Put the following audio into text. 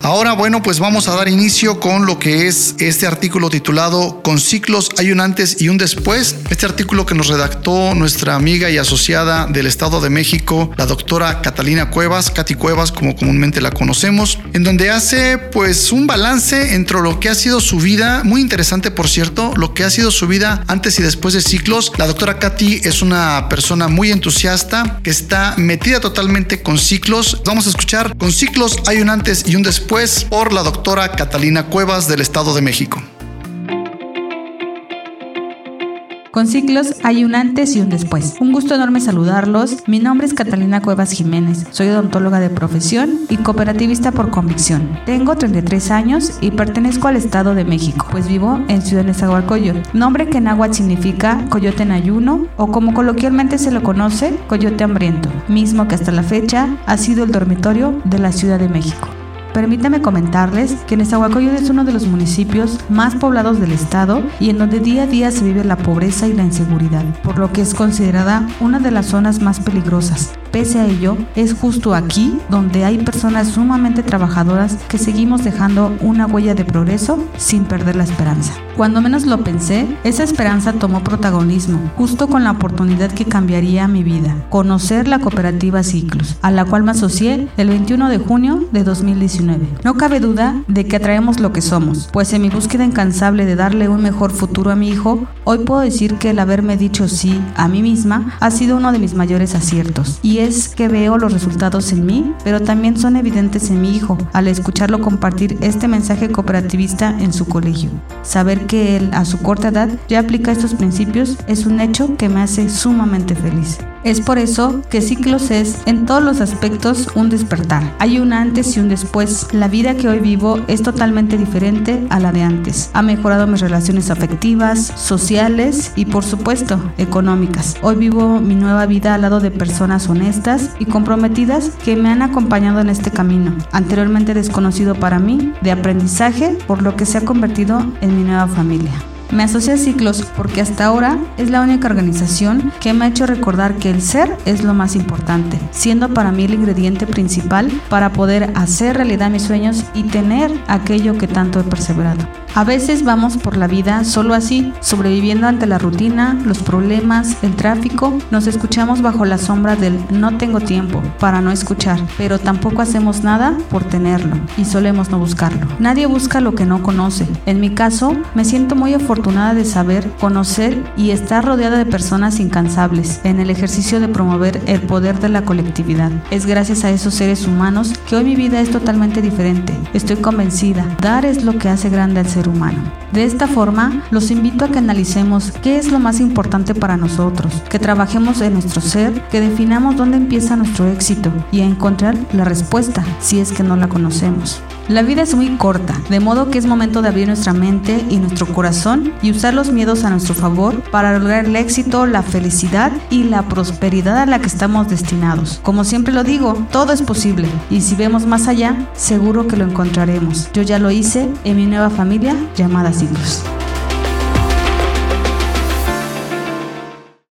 Ahora, bueno, pues vamos a dar inicio con lo que es este artículo titulado Con ciclos hay un antes y un después. Este artículo que nos redactó nuestra amiga y asociada del Estado de México, la doctora Catalina Cuevas, Katy Cuevas, como comúnmente la conocemos, en donde hace pues un balance entre lo que ha sido su vida, muy interesante por cierto, lo que ha sido su vida antes y después de ciclos. La doctora Katy es una persona muy entusiasta que está metida totalmente con ciclos. Vamos a escuchar Con ciclos hay un antes y un después por la doctora Catalina Cuevas del Estado de México. Con ciclos hay un antes y un después. Un gusto enorme saludarlos. Mi nombre es Catalina Cuevas Jiménez. Soy odontóloga de profesión y cooperativista por convicción. Tengo 33 años y pertenezco al Estado de México, pues vivo en Ciudad Nezahualcóyotl, nombre que en náhuatl significa coyote en ayuno o como coloquialmente se lo conoce, coyote hambriento, mismo que hasta la fecha ha sido el dormitorio de la Ciudad de México. Permítame comentarles que Nezahualcóyotl es uno de los municipios más poblados del estado y en donde día a día se vive la pobreza y la inseguridad, por lo que es considerada una de las zonas más peligrosas. Pese a ello, es justo aquí donde hay personas sumamente trabajadoras que seguimos dejando una huella de progreso sin perder la esperanza. Cuando menos lo pensé, esa esperanza tomó protagonismo, justo con la oportunidad que cambiaría mi vida, conocer la cooperativa Ciclos, a la cual me asocié el 21 de junio de 2019. No cabe duda de que atraemos lo que somos, pues en mi búsqueda incansable de darle un mejor futuro a mi hijo, hoy puedo decir que el haberme dicho sí a mí misma ha sido uno de mis mayores aciertos, y es que veo los resultados en mí, pero también son evidentes en mi hijo, al escucharlo compartir este mensaje cooperativista en su colegio. Saber que él, a su corta edad, ya aplica estos principios es un hecho que me hace sumamente feliz. Es por eso que Ciclos es, en todos los aspectos, un despertar. Hay un antes y un después. La vida que hoy vivo es totalmente diferente a la de antes. Ha mejorado mis relaciones afectivas, sociales y, por supuesto, económicas. Hoy vivo mi nueva vida al lado de personas honestas y comprometidas que me han acompañado en este camino, anteriormente desconocido para mí, de aprendizaje, por lo que se ha convertido en mi nueva familia. Me asocié a Ciclos porque hasta ahora es la única organización que me ha hecho recordar que el ser es lo más importante, siendo para mí el ingrediente principal para poder hacer realidad mis sueños y tener aquello que tanto he perseverado. A veces vamos por la vida solo así, sobreviviendo ante la rutina, los problemas, el tráfico. Nos escuchamos bajo la sombra del no tengo tiempo para no escuchar, pero tampoco hacemos nada por tenerlo y solemos no buscarlo. Nadie busca lo que no conoce. En mi caso, me siento muy afortunada de saber, conocer y estar rodeada de personas incansables en el ejercicio de promover el poder de la colectividad. Es gracias a esos seres humanos que hoy mi vida es totalmente diferente. Estoy convencida, dar es lo que hace grande al ser humano. De esta forma, los invito a que analicemos qué es lo más importante para nosotros, que trabajemos en nuestro ser, que definamos dónde empieza nuestro éxito y a encontrar la respuesta si es que no la conocemos. La vida es muy corta, de modo que es momento de abrir nuestra mente y nuestro corazón y usar los miedos a nuestro favor para lograr el éxito, la felicidad y la prosperidad a la que estamos destinados. Como siempre lo digo, todo es posible y si vemos más allá, seguro que lo encontraremos. Yo ya lo hice en mi nueva familia llamada Ciclos.